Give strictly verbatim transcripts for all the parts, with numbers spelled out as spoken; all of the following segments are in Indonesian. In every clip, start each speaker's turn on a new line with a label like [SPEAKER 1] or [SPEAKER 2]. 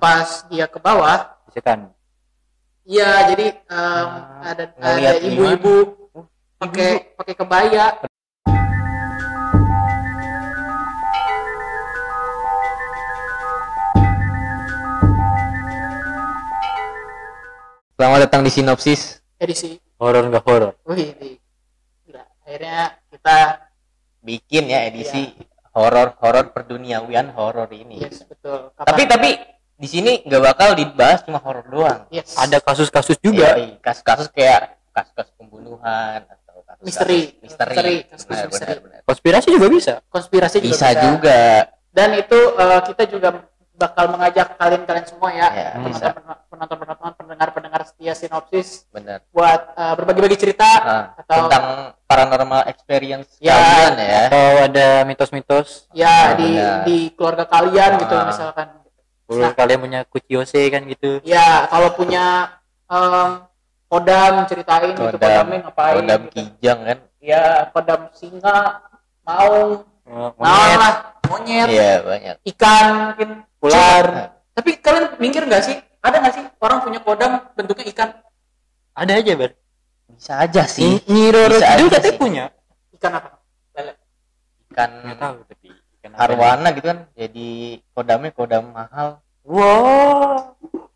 [SPEAKER 1] pas dia ke bawah,
[SPEAKER 2] Misalkan.
[SPEAKER 1] iya jadi um,
[SPEAKER 2] Ah,
[SPEAKER 1] ada
[SPEAKER 3] ngeliat
[SPEAKER 1] ada ibu-ibu
[SPEAKER 2] Oh,
[SPEAKER 1] pakai pakai kebaya.
[SPEAKER 3] Selamat datang di Sinopsis.
[SPEAKER 1] Edisi,
[SPEAKER 2] horor nggak horor?
[SPEAKER 1] wih, di- gila. Akhirnya kita,
[SPEAKER 3] Bikin ya edisi horor-horor perduniawian horor ini.
[SPEAKER 1] yes betul. Kapan-
[SPEAKER 3] Tapi tapi di sini nggak bakal dibahas cuma horor doang.
[SPEAKER 1] yes.
[SPEAKER 2] Ada kasus-kasus juga.
[SPEAKER 3] Iya, kasus-kasus kayak kasus-kasus pembunuhan atau kasus
[SPEAKER 1] Misteri.
[SPEAKER 3] misteri.
[SPEAKER 1] Misteri, kasus
[SPEAKER 3] Benar,
[SPEAKER 1] misteri.
[SPEAKER 3] benar, benar.
[SPEAKER 2] Konspirasi juga bisa.
[SPEAKER 1] konspirasi juga
[SPEAKER 3] Bisa
[SPEAKER 1] bisa.
[SPEAKER 3] juga.
[SPEAKER 1] Dan itu uh, kita juga bakal mengajak kalian-kalian semua ya,
[SPEAKER 3] Ya,
[SPEAKER 1] penonton penonton pendengar-pendengar setia Sinopsis
[SPEAKER 3] Benar.
[SPEAKER 1] buat uh, berbagi-bagi cerita
[SPEAKER 3] Nah,
[SPEAKER 1] atau
[SPEAKER 3] tentang paranormal experience
[SPEAKER 1] Ya.
[SPEAKER 3] kalian ya.
[SPEAKER 2] Atau ada mitos-mitos.
[SPEAKER 1] ya
[SPEAKER 3] Nah,
[SPEAKER 1] di
[SPEAKER 3] benar.
[SPEAKER 1] di keluarga kalian gitu
[SPEAKER 3] Ah.
[SPEAKER 1] misalkan.
[SPEAKER 2] Kalau
[SPEAKER 1] Nah.
[SPEAKER 2] kalian punya kuciose kan gitu.
[SPEAKER 1] Ya kalau punya um, kodam ceritain gitu,
[SPEAKER 3] Kodam,
[SPEAKER 1] kodamnya ngapain
[SPEAKER 3] kodam
[SPEAKER 1] gitu.
[SPEAKER 3] kijang kan.
[SPEAKER 1] Ya kodam singa, maung,
[SPEAKER 2] Oh,
[SPEAKER 1] naon
[SPEAKER 2] monyet,
[SPEAKER 1] lah, monyet,
[SPEAKER 3] Iya, banyak.
[SPEAKER 1] ikan mungkin.
[SPEAKER 2] ular.
[SPEAKER 1] Nah, tapi kalian mikir nggak sih, ada nggak sih orang punya kodam bentuknya ikan?
[SPEAKER 2] Ada aja, Bar.
[SPEAKER 3] Bisa aja sih.
[SPEAKER 2] Nyi Roro
[SPEAKER 3] Bisa
[SPEAKER 2] Kidul
[SPEAKER 3] aja
[SPEAKER 2] katanya
[SPEAKER 3] sih.
[SPEAKER 2] punya.
[SPEAKER 1] Ikan apa? Lele.
[SPEAKER 3] Ikan
[SPEAKER 2] Enggak tahu tapi ikan apa.
[SPEAKER 3] arwana gitu kan. Jadi kodamnya kodam mahal.
[SPEAKER 2] Wow.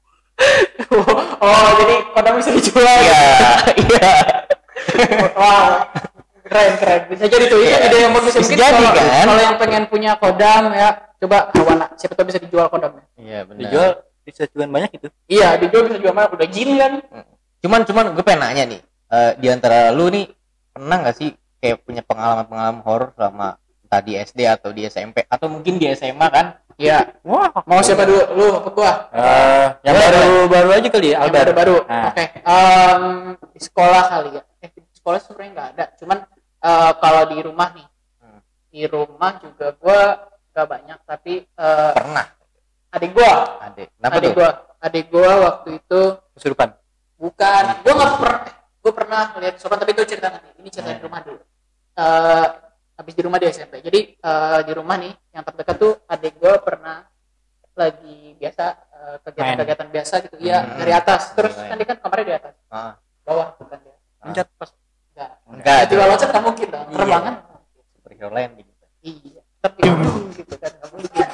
[SPEAKER 1] Oh jadi kodam bisa dijual?
[SPEAKER 3] Iya, iya.
[SPEAKER 1] Wow, keren keren. Bisa jadi tuh itu
[SPEAKER 3] Iya.
[SPEAKER 1] ide yang bagus.
[SPEAKER 3] Bisa
[SPEAKER 1] Mungkin
[SPEAKER 3] jadi,
[SPEAKER 1] kalau,
[SPEAKER 3] kan?
[SPEAKER 1] kalau yang pengen punya kodam ya, coba Hawana. Siapa tahu bisa dijual kodamnya.
[SPEAKER 3] Iya, benar.
[SPEAKER 2] Dijual bisa cuan banyak itu.
[SPEAKER 1] Iya, dijual bisa jual mana? Udah jin kan?
[SPEAKER 3] Cuman cuman gue pengen nanya nih, eh, di antara lu nih pernah nggak sih kayak punya pengalaman-pengalaman horor selama entah di S D atau di S M P atau mungkin di S M A kan?
[SPEAKER 1] Iya.
[SPEAKER 2] Wah.
[SPEAKER 1] Mau siapa dulu? Lu apa gua?
[SPEAKER 2] Eh, yang
[SPEAKER 3] Boleh,
[SPEAKER 2] baru baru aja kali ya,
[SPEAKER 1] Yang
[SPEAKER 2] Albar.
[SPEAKER 1] baru-baru.
[SPEAKER 2] Nah.
[SPEAKER 1] Oke. Em, di sekolah kali ya. Eh, di sekolah sebenarnya nggak ada. Cuman eh, kalau di rumah nih,
[SPEAKER 3] Hmm.
[SPEAKER 1] di rumah juga gua nggak banyak. Tapi eh,
[SPEAKER 3] Pernah.
[SPEAKER 1] adik gua,
[SPEAKER 3] Adik. Kenapa
[SPEAKER 1] adik
[SPEAKER 3] tuh?
[SPEAKER 1] gua, adik gua waktu itu
[SPEAKER 2] Kesurupan.
[SPEAKER 1] bukan. Gua nggak pernah. Gua pernah lihat sopan tapi itu cerita nanti. Ini cerita di rumah dulu. Eh, habis di rumah di S M P. Jadi eh, di rumah nih yang terdekat tuh adik gua pernah lagi biasa eh, kegiatan-kegiatan biasa gitu. Iya,
[SPEAKER 3] Hmm.
[SPEAKER 1] dari atas. Terus
[SPEAKER 3] Main.
[SPEAKER 1] kan dia kan kamarnya di atas.
[SPEAKER 3] Ah,
[SPEAKER 1] Bawah bukan dia.
[SPEAKER 2] Loncat.
[SPEAKER 1] Pas enggak.
[SPEAKER 3] enggak.
[SPEAKER 1] Tiba loncat nggak mungkin dong.
[SPEAKER 3] Iya.
[SPEAKER 1] Terbangan.
[SPEAKER 3] Superhero landing.
[SPEAKER 1] Iya. Tapi gitu kan nggak mungkin.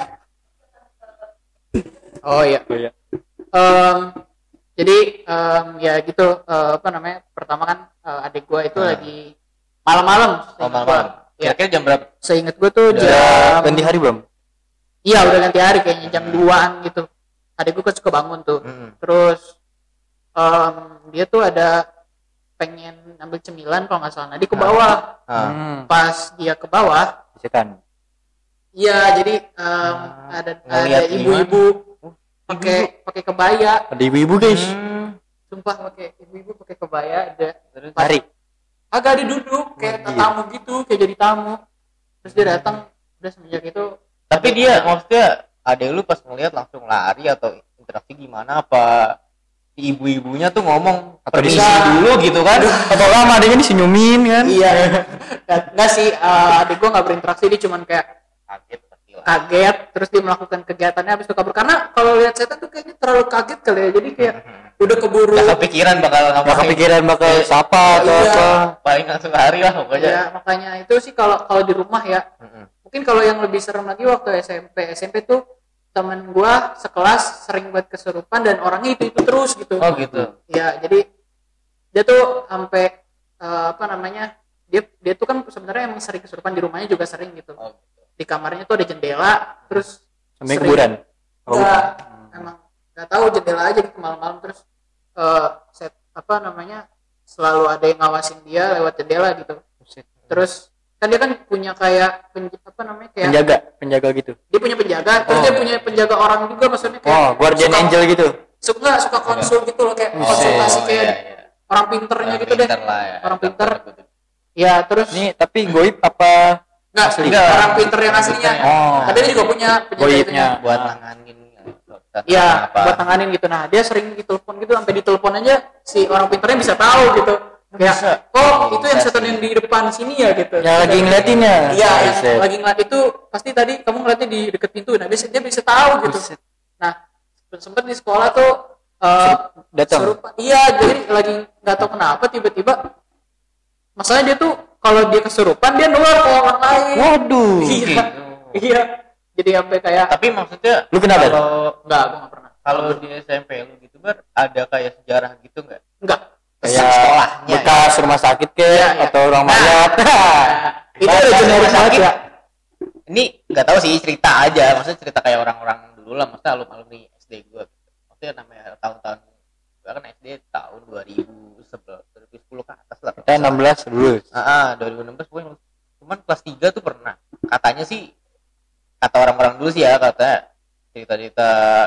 [SPEAKER 1] Oh iya.
[SPEAKER 2] Oh, iya.
[SPEAKER 1] Em, jadi em, ya gitu eh, apa namanya? Pertama kan eh, adik gua itu
[SPEAKER 3] Hmm.
[SPEAKER 1] lagi malam-malam.
[SPEAKER 3] Oh,
[SPEAKER 1] seingat
[SPEAKER 3] malam-malam.
[SPEAKER 1] gua. Iya.
[SPEAKER 3] Kira-kira jam berapa?
[SPEAKER 1] Seingat gua tuh
[SPEAKER 3] Udah
[SPEAKER 1] jam
[SPEAKER 2] Ganti hari belum?
[SPEAKER 1] Iya udah ganti hari kayaknya jam duaan gitu. Adik gua kan suka bangun tuh.
[SPEAKER 3] Hmm.
[SPEAKER 1] Terus em, dia tuh ada pengen ambil cemilan kalau nggak salah. Nah, dia ke
[SPEAKER 3] Ah.
[SPEAKER 1] bawah.
[SPEAKER 3] Ah.
[SPEAKER 2] Hmm.
[SPEAKER 1] Pas dia ke bawah,
[SPEAKER 2] Misalkan.
[SPEAKER 1] iya jadi em,
[SPEAKER 3] Ah,
[SPEAKER 1] ada ada
[SPEAKER 3] ngeliat
[SPEAKER 1] ibu-ibu
[SPEAKER 3] Oh,
[SPEAKER 1] pakai pakai kebaya.
[SPEAKER 2] Ada ibu-ibu, guys.
[SPEAKER 3] Hmm.
[SPEAKER 1] Sumpah pakai ibu-ibu pakai kebaya ada.
[SPEAKER 3] Terus
[SPEAKER 2] Hari.
[SPEAKER 1] Agak ada duduk kayak
[SPEAKER 2] Oh, iya.
[SPEAKER 1] tamu gitu, kayak jadi tamu. Terus dia datang, udah semenjak itu
[SPEAKER 3] tapi dia maksudnya adek lu pas ngeliat langsung lari atau interaksi gimana apa si ibu-ibunya tuh ngomong
[SPEAKER 2] Atau
[SPEAKER 3] permisi
[SPEAKER 1] bisa-
[SPEAKER 3] dulu gitu kan?
[SPEAKER 2] Atau lama adanya disenyumin kan?
[SPEAKER 1] iya. Enggak sih, eh, adik gua nggak berinteraksi, dia cuman kayak
[SPEAKER 3] Kaget pasti lah.
[SPEAKER 1] kaget, terus dia melakukan kegiatannya habis itu kabur. Karena kalau lihat setan tuh kayaknya terlalu kaget kali ya, jadi kayak udah keburu.
[SPEAKER 3] Gak kepikiran bakal
[SPEAKER 2] Gak
[SPEAKER 3] ngapain.
[SPEAKER 2] kepikiran bakal sapa atau
[SPEAKER 1] Iya.
[SPEAKER 2] apa.
[SPEAKER 3] Paling langsung lari lah pokoknya.
[SPEAKER 1] Ya, makanya itu sih kalau kalau di rumah ya.
[SPEAKER 3] Mm-mm.
[SPEAKER 1] Mungkin kalau yang lebih serem lagi waktu S M P. S M P tuh temen gua sekelas sering buat kesurupan dan orangnya itu itu terus gitu.
[SPEAKER 3] Oh gitu.
[SPEAKER 1] Ya, jadi dia tuh sampai eh, apa namanya? Dia dia tuh kan sebenarnya emang sering kesurupan, di rumahnya juga sering gitu.
[SPEAKER 3] Oh, gitu.
[SPEAKER 1] Di kamarnya tuh ada jendela, terus
[SPEAKER 2] Sampai
[SPEAKER 1] sering-
[SPEAKER 2] kuburan. Oh,
[SPEAKER 1] Enggak, emang nggak tahu jendela aja gitu malam-malam terus eh, set apa namanya selalu ada yang ngawasin dia lewat jendela gitu. Terus kan dia kan punya kayak pen, apa namanya kayak
[SPEAKER 2] penjaga, penjaga gitu.
[SPEAKER 1] dia punya penjaga, terus
[SPEAKER 2] Oh.
[SPEAKER 1] dia punya penjaga orang juga maksudnya kayak
[SPEAKER 2] Oh, guardian
[SPEAKER 1] suka-
[SPEAKER 2] angel gitu.
[SPEAKER 1] suka suka konsul gitu loh kayak
[SPEAKER 2] Buset.
[SPEAKER 1] konsultasi
[SPEAKER 3] Oh,
[SPEAKER 1] kayak
[SPEAKER 3] iya, iya.
[SPEAKER 1] orang pinternya
[SPEAKER 3] Orang
[SPEAKER 1] gitu deh.
[SPEAKER 3] pinter lah ya.
[SPEAKER 1] Orang pinter. Ya terus
[SPEAKER 2] Ini tapi goib apa
[SPEAKER 1] nggak
[SPEAKER 2] asli?
[SPEAKER 1] enggak, orang pinter yang aslinya.
[SPEAKER 2] Oh.
[SPEAKER 1] Tapi dia juga punya penjaga
[SPEAKER 2] Goibnya.
[SPEAKER 1] itunya.
[SPEAKER 3] buat
[SPEAKER 2] Ah.
[SPEAKER 3] nanganin dokter
[SPEAKER 1] Iya,
[SPEAKER 3] apa.
[SPEAKER 1] buat tanganin gitu. Nah, dia sering ditelepon gitu, sampai ditelepon aja si orang pinternya bisa tahu gitu. Kayak,
[SPEAKER 3] Bisa.
[SPEAKER 1] oh itu yang
[SPEAKER 3] Bisa
[SPEAKER 1] setan
[SPEAKER 3] sih.
[SPEAKER 1] yang di depan sini ya gitu.
[SPEAKER 2] Yang lagi ngeliatin ya?
[SPEAKER 1] Iya, yang
[SPEAKER 2] Buset.
[SPEAKER 1] lagi ngeliat itu pasti tadi kamu ngeliatnya di deket pintu. Nah, biasa dia bisa tahu gitu.
[SPEAKER 2] Buset.
[SPEAKER 1] Nah, sempet di sekolah tuh uh,
[SPEAKER 2] Datang.
[SPEAKER 1] serupa. Iya, jadi lagi nggak tahu kenapa tiba-tiba masalahnya dia tuh kalau dia kesurupan dia nular ke orang lain.
[SPEAKER 2] Waduh.
[SPEAKER 1] Iya.
[SPEAKER 3] Gitu.
[SPEAKER 1] Iya. Jadi sampai kayak
[SPEAKER 3] Tapi maksudnya
[SPEAKER 2] Lu kenapa?
[SPEAKER 3] kalau
[SPEAKER 1] enggak, gua nggak pernah.
[SPEAKER 3] kalau di S M P lu gitu ber ada kayak sejarah gitu nggak?
[SPEAKER 1] Enggak.
[SPEAKER 2] Kayak
[SPEAKER 3] Sekolahnya,
[SPEAKER 2] bekas rumah sakit ke
[SPEAKER 1] Iya, iya.
[SPEAKER 2] atau orang
[SPEAKER 1] Nah.
[SPEAKER 2] mayat.
[SPEAKER 1] Itu
[SPEAKER 3] Bahas
[SPEAKER 1] udah
[SPEAKER 3] rumah
[SPEAKER 1] generis banget
[SPEAKER 3] sakit.
[SPEAKER 1] ya.
[SPEAKER 3] Ini nggak tahu sih, cerita aja, maksudnya cerita kayak orang-orang dulu lah, maksudnya alumni S D gue, maksudnya namanya tahun-tahun gue kan S D tahun dua ribu sepuluh ke atas lah.
[SPEAKER 2] Kita enam belas lulus.
[SPEAKER 3] Ah, ah, dua ribu enam belas gue lulus. Cuman kelas tiga tuh pernah, katanya sih, kata orang-orang dulu sih ya, kata cerita-cerita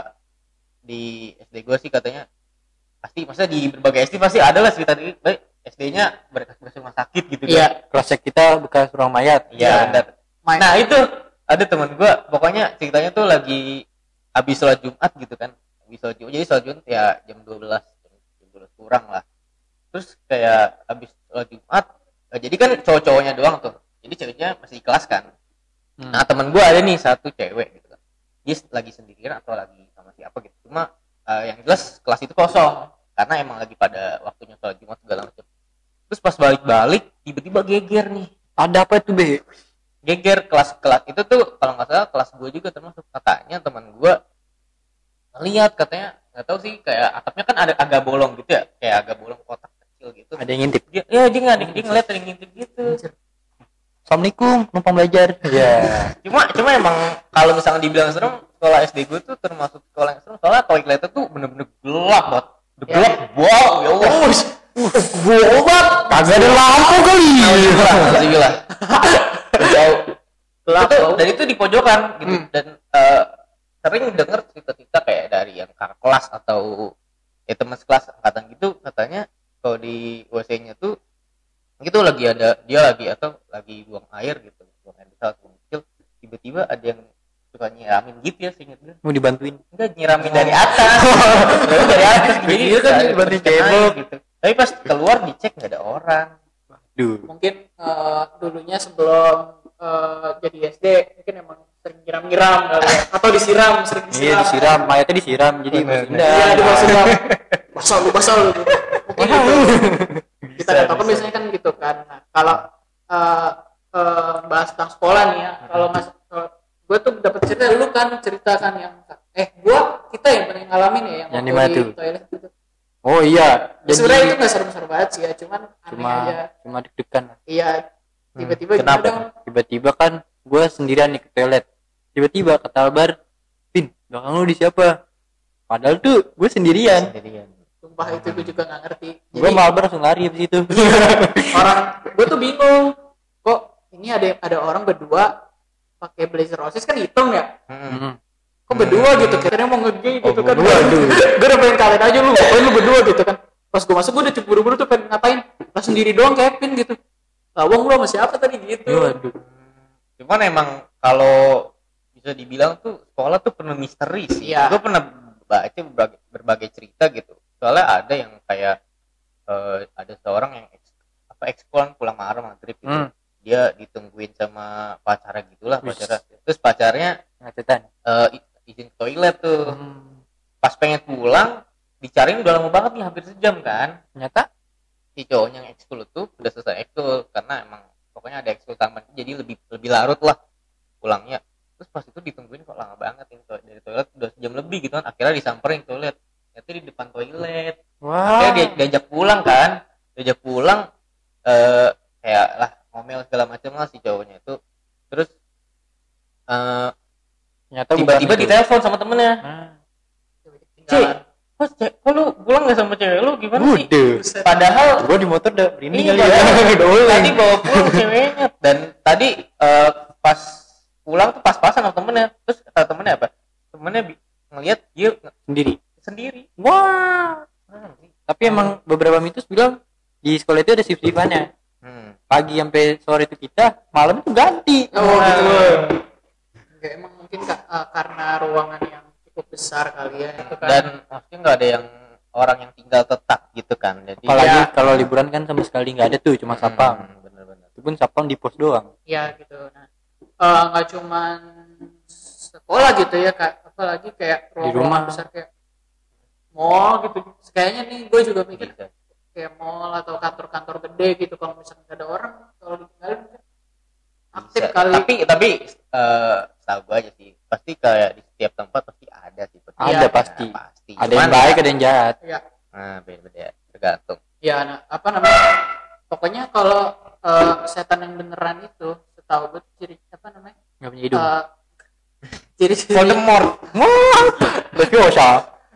[SPEAKER 3] di S D gue sih katanya pasti, maksudnya di berbagai S D pasti ada lah cerita di baik S D-nya berkas-berkas rumah sakit gitu kan.
[SPEAKER 1] Iya.
[SPEAKER 2] Kelasnya kita bekas orang mayat.
[SPEAKER 3] Iya, benar.
[SPEAKER 1] Main.
[SPEAKER 3] Nah itu ada teman gue, pokoknya ceritanya tuh lagi habis sholat Jumat gitu kan, habis sholat Jumat, jadi sholat Jumat ya jam dua belas, jam dua belas kurang lah. Terus kayak habis sholat Jumat, eh, jadi kan cowok-cowoknya doang tuh, jadi ceweknya masih di kelas kan.
[SPEAKER 2] Hmm.
[SPEAKER 3] Nah teman gue ada nih satu cewek gitu kan, dia lagi sendirian atau lagi sama siapa gitu, cuma eh, yang jelas kelas itu kosong karena emang lagi pada waktunya sholat Jumat segala macam. Terus pas balik-balik tiba-tiba geger nih.
[SPEAKER 2] Ada apa itu, Be?
[SPEAKER 3] Geger kelas-kelas itu tuh kalau nggak salah kelas gue juga termasuk, katanya teman gue lihat, katanya nggak tahu sih, kayak atapnya kan ada agak bolong gitu ya, kayak agak bolong kotak kecil gitu.
[SPEAKER 2] Ada yang ngintip.
[SPEAKER 3] Dia ya dia nggak dia ngeliat ada yang ngintip gitu.
[SPEAKER 2] Assalamualaikum, numpang belajar. Iya.
[SPEAKER 3] Cuma cuma emang kalau misalnya dibilang serem, sekolah S D gue tuh termasuk sekolah yang serem, soalnya toiletnya tuh bener-bener gelap banget. Udah gelap, wow, ya Allah.
[SPEAKER 2] Bobat, kagak ada lampu kali.
[SPEAKER 3] Alhamdulillah. Jauh.
[SPEAKER 1] Gelap,
[SPEAKER 3] Itu
[SPEAKER 1] bau.
[SPEAKER 3] dan itu di pojokan gitu,
[SPEAKER 1] Hmm.
[SPEAKER 3] dan eh, sering denger cerita-cerita kayak dari yang kakak kelas atau ya teman sekelas angkatan gitu, katanya kalau di W C-nya tuh itu lagi ada dia lagi atau lagi buang air gitu, buang air besar buang kecil, tiba-tiba ada yang suka nyiramin gitu ya, seinget gue.
[SPEAKER 2] Mau dibantuin.
[SPEAKER 3] Enggak, nyiramin dari atas. Nyiramin dari atas jadi
[SPEAKER 2] Iya kan,
[SPEAKER 3] air
[SPEAKER 2] dibantuin
[SPEAKER 3] terus kena
[SPEAKER 2] cebok.
[SPEAKER 3] gitu. Tapi pas keluar dicek nggak ada orang.
[SPEAKER 2] Duh.
[SPEAKER 1] Mungkin eh, dulunya sebelum eh, jadi S D mungkin emang sering nyiram-nyiram kali ya. Atau disiram, sering
[SPEAKER 2] Iya
[SPEAKER 1] disiram.
[SPEAKER 2] disiram, mayatnya disiram jadi
[SPEAKER 3] Bener,
[SPEAKER 2] masih
[SPEAKER 3] bener.
[SPEAKER 1] Iya,
[SPEAKER 2] indah.
[SPEAKER 1] di bawah siram. Basah lu, basah lu. Mungkin itu. Kita
[SPEAKER 3] Bisa,
[SPEAKER 1] nggak tahu kan
[SPEAKER 3] bisa.
[SPEAKER 1] biasanya kan gitu kan. Nah, kalau eh, eh, bahas tentang sekolah nih ya, kalau mas gue tuh dapat cerita lu kan cerita kan yang eh gue kita yang pernah ngalamin ya yang
[SPEAKER 2] Yang
[SPEAKER 1] waktu
[SPEAKER 2] di mana
[SPEAKER 1] di
[SPEAKER 2] tuh?
[SPEAKER 1] toilet gitu.
[SPEAKER 2] Oh iya.
[SPEAKER 1] Ya, sebenarnya itu nggak serem-serem banget sih ya, cuman aneh
[SPEAKER 2] cuma
[SPEAKER 1] aja.
[SPEAKER 2] cuma deg-degan.
[SPEAKER 1] Iya, tiba-tiba
[SPEAKER 3] Hmm,
[SPEAKER 1] gimana
[SPEAKER 3] kenapa?
[SPEAKER 1] dong?
[SPEAKER 2] Tiba-tiba kan gue sendirian nih ke toilet. Tiba-tiba kata Albar, Pin, belakang lu di siapa? Padahal tuh gue sendirian.
[SPEAKER 3] Sendirian.
[SPEAKER 1] Sumpah itu gue juga nggak ngerti.
[SPEAKER 2] Gue
[SPEAKER 1] Jadi
[SPEAKER 2] sama Albar langsung lari habis itu.
[SPEAKER 1] orang gue tuh bingung. Kok ini ada ada orang berdua pakai blazer osis kan hitam ya?
[SPEAKER 3] Hmm.
[SPEAKER 2] Hmm.
[SPEAKER 1] Kok berdua gitu? Katanya mau nge-gay gitu
[SPEAKER 3] Oh,
[SPEAKER 1] kan?
[SPEAKER 3] berdua,
[SPEAKER 2] aduh.
[SPEAKER 1] Gue udah pengen kalian aja lu, ngapain lu berdua gitu kan? Pas gue masuk gue udah buru-buru tuh pengen ngapain? Lah sendiri doang Kevin gitu. Lawang lu sama siapa tadi gitu?
[SPEAKER 2] Waduh.
[SPEAKER 3] Cuman emang kalau bisa dibilang tuh sekolah tuh penuh misteri sih.
[SPEAKER 1] Iya.
[SPEAKER 3] Gue pernah baca berbagai, berbagai cerita gitu. Soalnya ada yang kayak eh, ada seorang yang eks, apa ekskon pulang malam maghrib gitu.
[SPEAKER 2] Hmm.
[SPEAKER 3] Dia ditungguin sama pacarnya gitulah,
[SPEAKER 2] Wih.
[SPEAKER 3] pacarnya. Terus pacarnya
[SPEAKER 2] Ngacetan.
[SPEAKER 3] eh, i- izin ke toilet tuh.
[SPEAKER 2] Hmm.
[SPEAKER 3] Pas pengen pulang dicariin udah lama banget nih, hampir sejam kan.
[SPEAKER 2] Ternyata
[SPEAKER 3] Si cowoknya yang ekskul tuh udah selesai ekskul karena emang pokoknya ada ekskul taman, jadi lebih lebih larut lah pulangnya. Terus pas itu ditungguin kok lama banget ini to- dari toilet udah sejam lebih gitu kan, akhirnya disamperin ke toilet, ternyata di depan toilet.
[SPEAKER 2] wah.
[SPEAKER 3] Akhirnya dia, diajak pulang kan, diajak pulang eh kayak lah ngomel segala macam lah si cowoknya itu. Terus eh
[SPEAKER 2] Ternyata
[SPEAKER 3] tiba-tiba
[SPEAKER 2] bukan itu.
[SPEAKER 3] ditelepon sama temennya,
[SPEAKER 2] Nah.
[SPEAKER 1] Ketinggalan.
[SPEAKER 3] Mas, cek, kok lu pulang nggak sama cewek lu gimana sih?
[SPEAKER 2] Udah.
[SPEAKER 1] Buset.
[SPEAKER 3] Padahal
[SPEAKER 2] Gue di motor udah berinding
[SPEAKER 3] Iya,
[SPEAKER 2] kali ya.
[SPEAKER 3] padahal
[SPEAKER 2] Udah oleng.
[SPEAKER 3] tadi bawa pulang ceweknya, dan tadi eh, pas pulang tuh pas-pasan sama temennya. Terus kata temennya apa? Temennya bi- ngelihat dia nge-
[SPEAKER 2] Sendiri.
[SPEAKER 3] sendiri.
[SPEAKER 2] Wah. Tapi emang beberapa mitos bilang di sekolah itu ada shift-shiftannya.
[SPEAKER 3] Hmm.
[SPEAKER 2] Pagi sampai sore itu kita, malam itu ganti.
[SPEAKER 1] Oh gitu. Enggak, emang mungkin ka- eh, karena ruangan yang cukup besar kali ya itu kan.
[SPEAKER 3] Dan maksudnya nggak ada yang orang yang tinggal tetap gitu kan. Jadi
[SPEAKER 2] Apalagi
[SPEAKER 1] Iya.
[SPEAKER 2] kalau liburan kan sama sekali nggak ada tuh, cuma sapam.
[SPEAKER 3] Hmm, bener-bener.
[SPEAKER 2] Itu pun sapam di pos doang.
[SPEAKER 1] Ya gitu. Nah, eh, nggak cuman sekolah gitu ya, Kak. Apalagi kayak ruang-ruangan
[SPEAKER 2] rumah.
[SPEAKER 1] besar kayak mall gitu. Kayaknya nih gue juga mikir
[SPEAKER 3] Bisa.
[SPEAKER 1] kayak mall atau kantor-kantor gede gitu, kalau misalnya nggak ada orang, kalau ditinggalin mungkin aktif
[SPEAKER 3] Bisa.
[SPEAKER 1] kali.
[SPEAKER 3] Tapi tapi eh tahu gue aja sih. Pasti kayak di setiap tempat pasti ada sih. Pasti.
[SPEAKER 2] Ada
[SPEAKER 1] Iya.
[SPEAKER 2] pasti.
[SPEAKER 3] Nah, pasti.
[SPEAKER 2] Ada
[SPEAKER 3] Cuman
[SPEAKER 2] yang baik,
[SPEAKER 3] ya-
[SPEAKER 2] ada yang jahat.
[SPEAKER 1] Ya,
[SPEAKER 3] Nah, beda-beda ya. Tergantung.
[SPEAKER 1] ya nah, apa namanya? Pokoknya kalau eh, setan yang beneran itu, setahu gue ciri apa namanya?
[SPEAKER 2] Nggak punya hidung.
[SPEAKER 1] Eh, ciri-ciri
[SPEAKER 3] Voldemort.
[SPEAKER 2] Leviosa.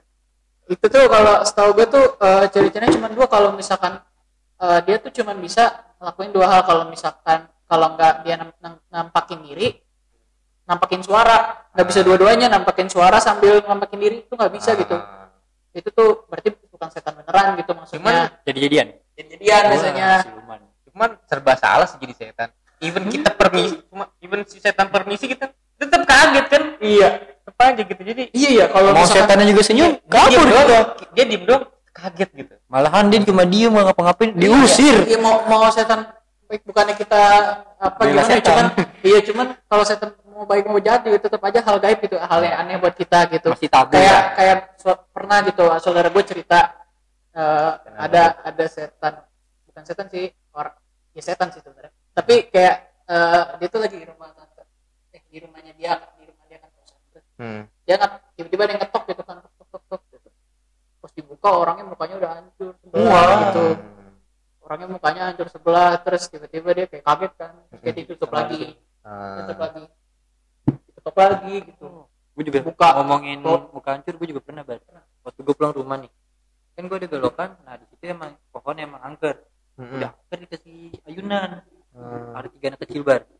[SPEAKER 1] itu tuh kalau setahu gue tuh eh, ciri-cirinya cuma dua. Kalau misalkan eh, dia tuh cuma bisa ngelakuin dua hal. Kalau misalkan kalau nggak dia nam- nam- nampakin diri, nampakin suara. Nggak bisa dua-duanya, nampakin suara sambil nampakin diri itu nggak bisa gitu.
[SPEAKER 3] Ah.
[SPEAKER 1] Itu tuh berarti bukan setan beneran gitu maksudnya.
[SPEAKER 2] Jadi-jadian.
[SPEAKER 1] Jadi-jadian biasanya.
[SPEAKER 2] Wah, siluman.
[SPEAKER 3] Cuman serba salah sih jadi setan. Even kita permisi, cuma even si setan permisi kita tetap kaget kan?
[SPEAKER 1] Iya.
[SPEAKER 3] Tetap aja gitu. Jadi
[SPEAKER 1] Iya ya kalau
[SPEAKER 2] Mau
[SPEAKER 1] misalkan
[SPEAKER 2] setannya juga senyum,
[SPEAKER 3] dia diem
[SPEAKER 2] kabur
[SPEAKER 3] doang,
[SPEAKER 2] dia.
[SPEAKER 3] dia diem doang kaget gitu.
[SPEAKER 2] Malahan dia cuma diem nggak ngapa-ngapain, diusir.
[SPEAKER 1] Iya, mau mau setan baik bukannya kita apa
[SPEAKER 2] Bela
[SPEAKER 1] gimana ya,
[SPEAKER 2] setan.
[SPEAKER 1] cuman iya cuman kalau setan mau baik mau jahat juga tetap aja hal gaib gitu, hal yang aneh buat kita gitu.
[SPEAKER 2] Masih tabu
[SPEAKER 1] Kayak
[SPEAKER 2] ya.
[SPEAKER 1] kayak su- pernah gitu saudara gue cerita eh, ada ada setan, bukan setan sih, orang ya setan sih sebenarnya. Tapi kayak eh, dia tuh lagi di rumah tante, eh di rumahnya dia, di rumah dia kan kosan.
[SPEAKER 3] Hmm.
[SPEAKER 1] Dia nggak tiba-tiba dia ngetok gitu kan, tok tok tok gitu. Pas dibuka orangnya mukanya udah hancur sebelah
[SPEAKER 2] Wah.
[SPEAKER 1] gitu. Orangnya mukanya hancur sebelah, terus tiba-tiba dia kayak kaget kan, terus kayak ditutup lagi,
[SPEAKER 3] Ah.
[SPEAKER 1] tutup lagi, ditutup lagi gitu.
[SPEAKER 2] Gue juga
[SPEAKER 1] Buka.
[SPEAKER 2] ngomongin
[SPEAKER 1] Oh.
[SPEAKER 2] muka hancur, gue juga pernah banget. Waktu gue pulang rumah nih, kan gue ada belokan, nah di situ emang pohonnya emang angker.
[SPEAKER 3] Hmm.
[SPEAKER 2] Udah angker dikasih ayunan.
[SPEAKER 3] Hmm.
[SPEAKER 2] Ada tiga anak kecil bar.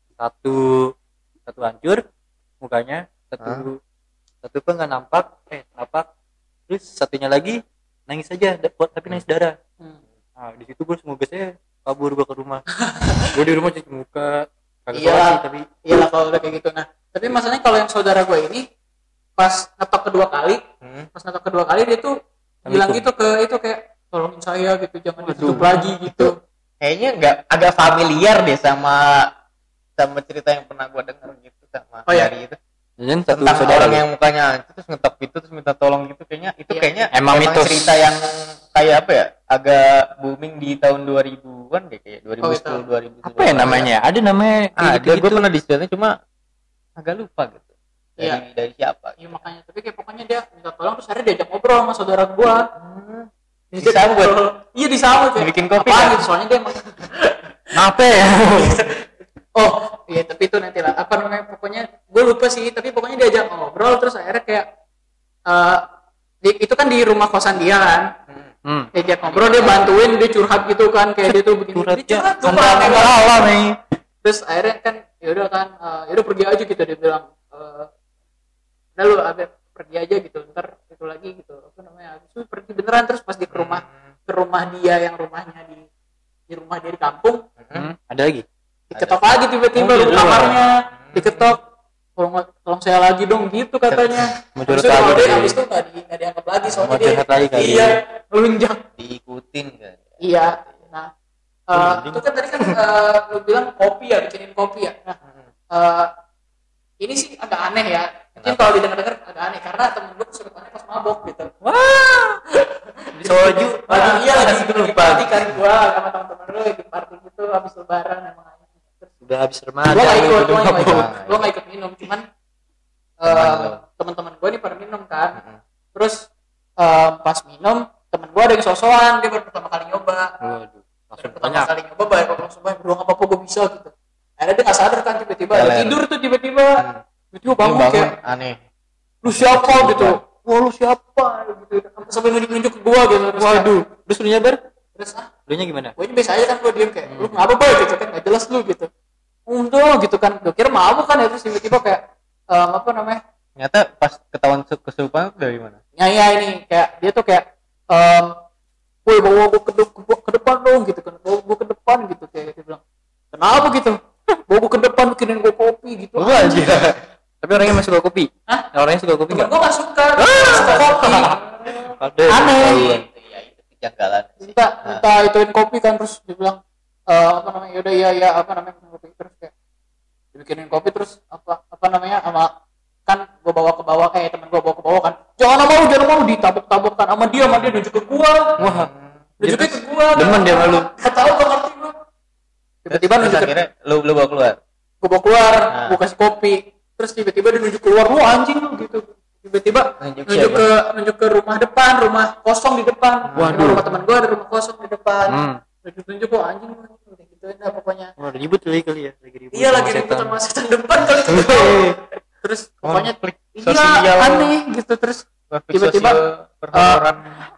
[SPEAKER 2] Satu satu hancur mukanya, satu satu pun nggak nampak, eh nampak. Terus satunya lagi nangis aja, da- tapi nangis darah.
[SPEAKER 1] Hmm.
[SPEAKER 2] Nah di situ gue semoga saya kabur gue ke rumah. Gue di rumah cuci muka, kagak
[SPEAKER 1] Iya.
[SPEAKER 2] sholat sih, tapi
[SPEAKER 1] Iyalah kalau udah kayak gitu. Nah, tapi masalahnya kalau yang saudara gue ini pas ngetok kedua kali,
[SPEAKER 3] Hmm.
[SPEAKER 1] pas ngetok kedua kali dia tuh bilang
[SPEAKER 2] Assalamualaikum.
[SPEAKER 1] gitu ke itu kayak tolongin saya gitu, jangan
[SPEAKER 2] Waduh.
[SPEAKER 1] ditutup lagi gitu.
[SPEAKER 3] Kayaknya nggak agak familiar deh sama sama cerita yang pernah gua denger gitu sama
[SPEAKER 1] Oh, iya?
[SPEAKER 3] dari itu
[SPEAKER 2] dan satu
[SPEAKER 3] tentang
[SPEAKER 2] saudara
[SPEAKER 3] orang yang mukanya hancur terus ngetok pintu terus minta tolong gitu. Kayaknya itu
[SPEAKER 1] Iya.
[SPEAKER 3] kayaknya
[SPEAKER 2] Emang mitos.
[SPEAKER 3] cerita yang kayak apa ya, agak booming di tahun dua ribuan deh, kayak dua ribu sepuluh
[SPEAKER 1] Oh,
[SPEAKER 3] dua ribu
[SPEAKER 2] apa ya namanya? Ada namanya kayak
[SPEAKER 3] ah,
[SPEAKER 2] gitu,
[SPEAKER 3] gue pernah diceritain cuma agak lupa gitu dari
[SPEAKER 1] Iya.
[SPEAKER 3] dari siapa.
[SPEAKER 1] Iya makanya, tapi kayak pokoknya dia minta tolong terus akhirnya diajak ngobrol sama saudara gua.
[SPEAKER 3] Hmm.
[SPEAKER 1] Diajak
[SPEAKER 3] Disambut.
[SPEAKER 1] ngobrol. Iya disambut kayak.
[SPEAKER 3] Dibikin kopi
[SPEAKER 1] apaan
[SPEAKER 3] kan?
[SPEAKER 1] gitu, soalnya dia emang
[SPEAKER 2] Apa ya?
[SPEAKER 1] oh iya tapi itu nanti lah apa namanya, pokoknya gue lupa sih, tapi pokoknya diajak ngobrol terus akhirnya kayak eh di- itu kan di rumah kosan dia kan,
[SPEAKER 2] Hmm.
[SPEAKER 1] diajak ngobrol, dia bantuin, dia curhat gitu kan, kayak dia tuh begini dia
[SPEAKER 2] Curhatnya
[SPEAKER 1] curhat tuh
[SPEAKER 2] antara
[SPEAKER 1] Pak.
[SPEAKER 2] antara alam nih.
[SPEAKER 1] Terus akhirnya kan yaudah kan eh, yaudah pergi aja gitu, dia bilang eh udah lu abis pergi aja gitu, ntar itu lagi gitu apa namanya, habis itu pergi beneran. Terus pas di ke rumah ke rumah dia yang rumahnya di di rumah dia di kampung,
[SPEAKER 2] Hmm. Ada lagi?
[SPEAKER 1] diketok lagi tiba-tiba
[SPEAKER 3] Oh,
[SPEAKER 1] rumah
[SPEAKER 3] iya.
[SPEAKER 1] kamarnya
[SPEAKER 3] Hmm.
[SPEAKER 1] diketok, tolong tolong saya lagi dong gitu katanya.
[SPEAKER 2] Mau
[SPEAKER 1] Terus
[SPEAKER 2] curhat
[SPEAKER 1] kalau
[SPEAKER 2] lagi.
[SPEAKER 1] dia habis itu nggak di nggak dianggap lagi soalnya
[SPEAKER 2] Mau
[SPEAKER 1] dia
[SPEAKER 2] curhat lagi kali.
[SPEAKER 1] iya melunjak.
[SPEAKER 3] Diikutin kan.
[SPEAKER 1] Iya. Nah eh, itu kan tadi kan eh, lu bilang kopi ya, bikinin kopi ya. Nah eh, ini sih agak aneh ya, mungkin kalau didengar-dengar agak aneh karena temen gue kesurupannya pas mabok gitu.
[SPEAKER 2] Wah. Soju.
[SPEAKER 1] Lagi iya lagi
[SPEAKER 2] Aduh,
[SPEAKER 1] lagi party kan gua sama teman-teman lu lagi party gitu habis lebaran emang aneh. Terus
[SPEAKER 2] Udah habis remaja.
[SPEAKER 1] gue gak ikut,
[SPEAKER 2] udah
[SPEAKER 1] gue gak
[SPEAKER 2] mabuk.
[SPEAKER 1] ikut, gue gak ikut minum, cuman
[SPEAKER 3] Teman
[SPEAKER 1] eh,
[SPEAKER 3] lo.
[SPEAKER 1] teman-teman gue nih pada minum kan,
[SPEAKER 3] Mm-mm.
[SPEAKER 1] terus eh, pas minum temen gue ada yang sosokan, dia baru pertama kali nyoba,
[SPEAKER 2] Waduh. Langsung
[SPEAKER 1] baru pertama
[SPEAKER 2] banyak.
[SPEAKER 1] kali nyoba baru langsung banyak, bro nggak apa-apa gue bisa gitu, akhirnya dia nggak sadar kan tiba-tiba ada
[SPEAKER 3] Teler.
[SPEAKER 1] tidur tuh tiba-tiba, tiba-tiba
[SPEAKER 3] Lu
[SPEAKER 1] bangun
[SPEAKER 3] bangun
[SPEAKER 1] kayak
[SPEAKER 3] aneh.
[SPEAKER 1] lu siapa gitu, wah lu siapa gitu, sampai nunjuk-nunjuk ke gue gitu, terus kayak,
[SPEAKER 2] Waduh. Terus lu nyabar?
[SPEAKER 1] terus ah
[SPEAKER 2] Lu nya gimana?
[SPEAKER 1] gue biasa aja kan, gue diem kayak lu ngapa boy gitu kan, nggak jelas lu gitu, udah gitu kan, gue kira mabuk kan ya, terus tiba-tiba kayak em, apa namanya,
[SPEAKER 3] Ternyata pas ketahuan se- kesurupan itu dari mana?
[SPEAKER 1] nyaya ini kayak dia tuh kayak em woi bawa gue ke, de- ke, ke depan dong gitu kan, bawa gue ke depan gitu, kayak dia bilang kenapa gitu, bawa gue ke depan bikinin gue kopi gitu.
[SPEAKER 2] Lu aja. Tapi orangnya masih suka kopi.
[SPEAKER 1] Hah?
[SPEAKER 2] Orangnya suka kopi
[SPEAKER 1] Temen
[SPEAKER 2] enggak?
[SPEAKER 1] gue gak suka, dia nggak suka kopi.
[SPEAKER 2] Ada.
[SPEAKER 1] Aneh.
[SPEAKER 3] Iya, itu kejanggalan.
[SPEAKER 1] Minta minta ituin kopi kan, terus dia bilang eh apa namanya, yaudah iya iya apa namanya bikin kopi, terus kayak dibikinin kopi terus apa apa namanya sama kan gue bawa ke bawah, eh temen gue bawa ke bawah kan, jangan mau jangan mau ditabok-tabokkan sama dia sama dia nunjuk ke gua
[SPEAKER 2] Wah,
[SPEAKER 1] nunjuknya ke gua
[SPEAKER 2] demen dia malu.
[SPEAKER 1] nggak tahu gua ngerti gua tiba-tiba
[SPEAKER 3] Terus
[SPEAKER 1] nunjuk ke
[SPEAKER 3] akhirnya lu lu bawa keluar.
[SPEAKER 1] gua bawa keluar
[SPEAKER 3] Nah.
[SPEAKER 1] gua kasih kopi terus tiba-tiba dia nunjuk keluar lu anjing lu gitu tiba-tiba
[SPEAKER 3] Nunjuk
[SPEAKER 1] nunjuk
[SPEAKER 3] siapa?
[SPEAKER 1] ke nunjuk ke rumah depan rumah kosong di depan
[SPEAKER 2] Waduh.
[SPEAKER 1] rumah teman gua ada rumah kosong di depan
[SPEAKER 2] Hmm.
[SPEAKER 1] nunjuk-nunjuk kok anjing lu udah gituin dah pokoknya
[SPEAKER 2] Wah, ribut lagi kali ya, lagi ribut.
[SPEAKER 1] iya
[SPEAKER 2] sama
[SPEAKER 1] lagi ribut
[SPEAKER 2] setan.
[SPEAKER 1] sama setan depan kali itu terus pokoknya
[SPEAKER 3] Konflik
[SPEAKER 1] iya
[SPEAKER 3] sosial.
[SPEAKER 1] aneh gitu terus
[SPEAKER 3] Konflik
[SPEAKER 1] Tiba-tiba,
[SPEAKER 3] sosial perhororan.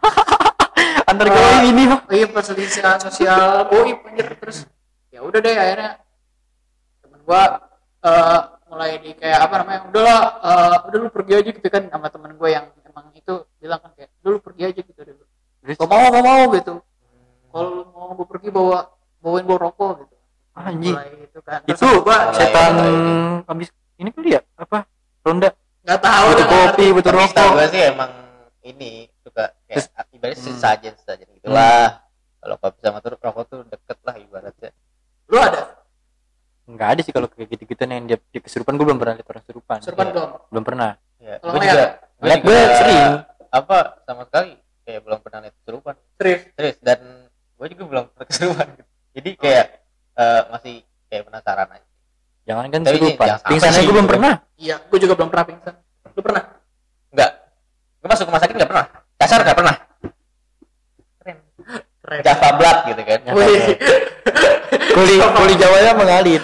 [SPEAKER 2] Antar
[SPEAKER 1] Eh,
[SPEAKER 2] gawe ini mah.
[SPEAKER 1] oh iya perselisihan sosial goib anjir terus ya udah deh akhirnya temen gua eh, mulai di kayak apa namanya udahlah eh, udah lu pergi aja gitu kan sama temen gua yang emang itu bilang kan kayak udah lu pergi aja gitu dulu
[SPEAKER 2] Terus
[SPEAKER 1] gak mau gak mau gitu kalau lu mau gua pergi bawa bawain gua rokok gitu
[SPEAKER 2] anjing.
[SPEAKER 1] mulai gitu kan terus
[SPEAKER 2] Itu
[SPEAKER 1] gua
[SPEAKER 3] mulai-
[SPEAKER 2] setan
[SPEAKER 3] mulai-
[SPEAKER 2] habis ini kali ya? Apa? Ronda.
[SPEAKER 1] nggak tahu
[SPEAKER 2] Butuh
[SPEAKER 1] udah nggak
[SPEAKER 2] kopi,
[SPEAKER 1] ngerti.
[SPEAKER 2] butuh
[SPEAKER 3] Tapi setahu
[SPEAKER 2] rokok.
[SPEAKER 3] gue sih emang ini suka kayak ibaratnya
[SPEAKER 2] hmm.
[SPEAKER 3] sesajen sesajen gitulah. Kalau kopi sama tuh rokok tuh deket lah ibaratnya.
[SPEAKER 1] lu ada
[SPEAKER 2] Enggak ada sih kalau kayak gitu-gitu yang dia, dia kesurupan, gue belum pernah lihat orang kesurupan.
[SPEAKER 1] serupan
[SPEAKER 3] Iya.
[SPEAKER 1] belum
[SPEAKER 2] Belum pernah.
[SPEAKER 3] Ya,
[SPEAKER 1] Kalau
[SPEAKER 3] gue
[SPEAKER 1] nggak
[SPEAKER 3] juga
[SPEAKER 1] ya?
[SPEAKER 2] Lihat
[SPEAKER 3] juga
[SPEAKER 2] gue sering.
[SPEAKER 3] apa sama sekali kayak belum pernah lihat kesurupan.
[SPEAKER 1] serius
[SPEAKER 3] Terus dan gue juga belum pernah kesurupan. Jadi kayak eh, masih kayak penasaran aja.
[SPEAKER 2] Jangan kan
[SPEAKER 3] Tapi
[SPEAKER 2] kesurupan.
[SPEAKER 3] jangan sampai
[SPEAKER 2] Pingsan aja
[SPEAKER 3] sih,
[SPEAKER 2] gue belum
[SPEAKER 3] gitu.
[SPEAKER 2] pernah.
[SPEAKER 1] iya gua juga belum pernah pingsan lu pernah
[SPEAKER 3] Enggak. Gue masuk rumah sakit enggak pernah. Kasar enggak pernah. Keren.
[SPEAKER 1] keren
[SPEAKER 3] Java Blood gitu kan.
[SPEAKER 2] Ya.
[SPEAKER 1] Wih.
[SPEAKER 2] Kuli kuli Jawanya mengalir.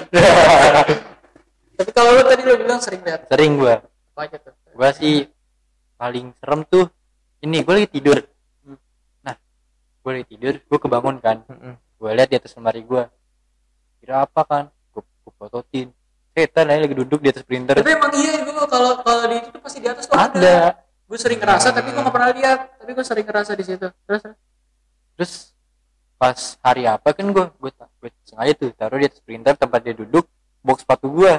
[SPEAKER 1] Tapi kalau lu tadi lu bilang sering lihat
[SPEAKER 2] Sering gue.
[SPEAKER 1] apa aja tuh?
[SPEAKER 2] Gue sih paling serem tuh ini, gue lagi tidur. Nah, gue lagi tidur, gue kebangun kan. Gue lihat di atas lemari gue. Kira apa kan? Gue gue fototin. Setan aja lagi duduk di atas printer.
[SPEAKER 1] Tapi emang iya gue kalau kalau di itu tuh pasti di atas tuh ada.
[SPEAKER 2] Ada.
[SPEAKER 1] Gue sering ngerasa tapi gue nggak pernah lihat. Tapi gue sering ngerasa di situ. Terus
[SPEAKER 2] Terus pas hari apa kan gue gue gue sengaja tuh taruh di atas printer tempat dia duduk, box sepatu gue.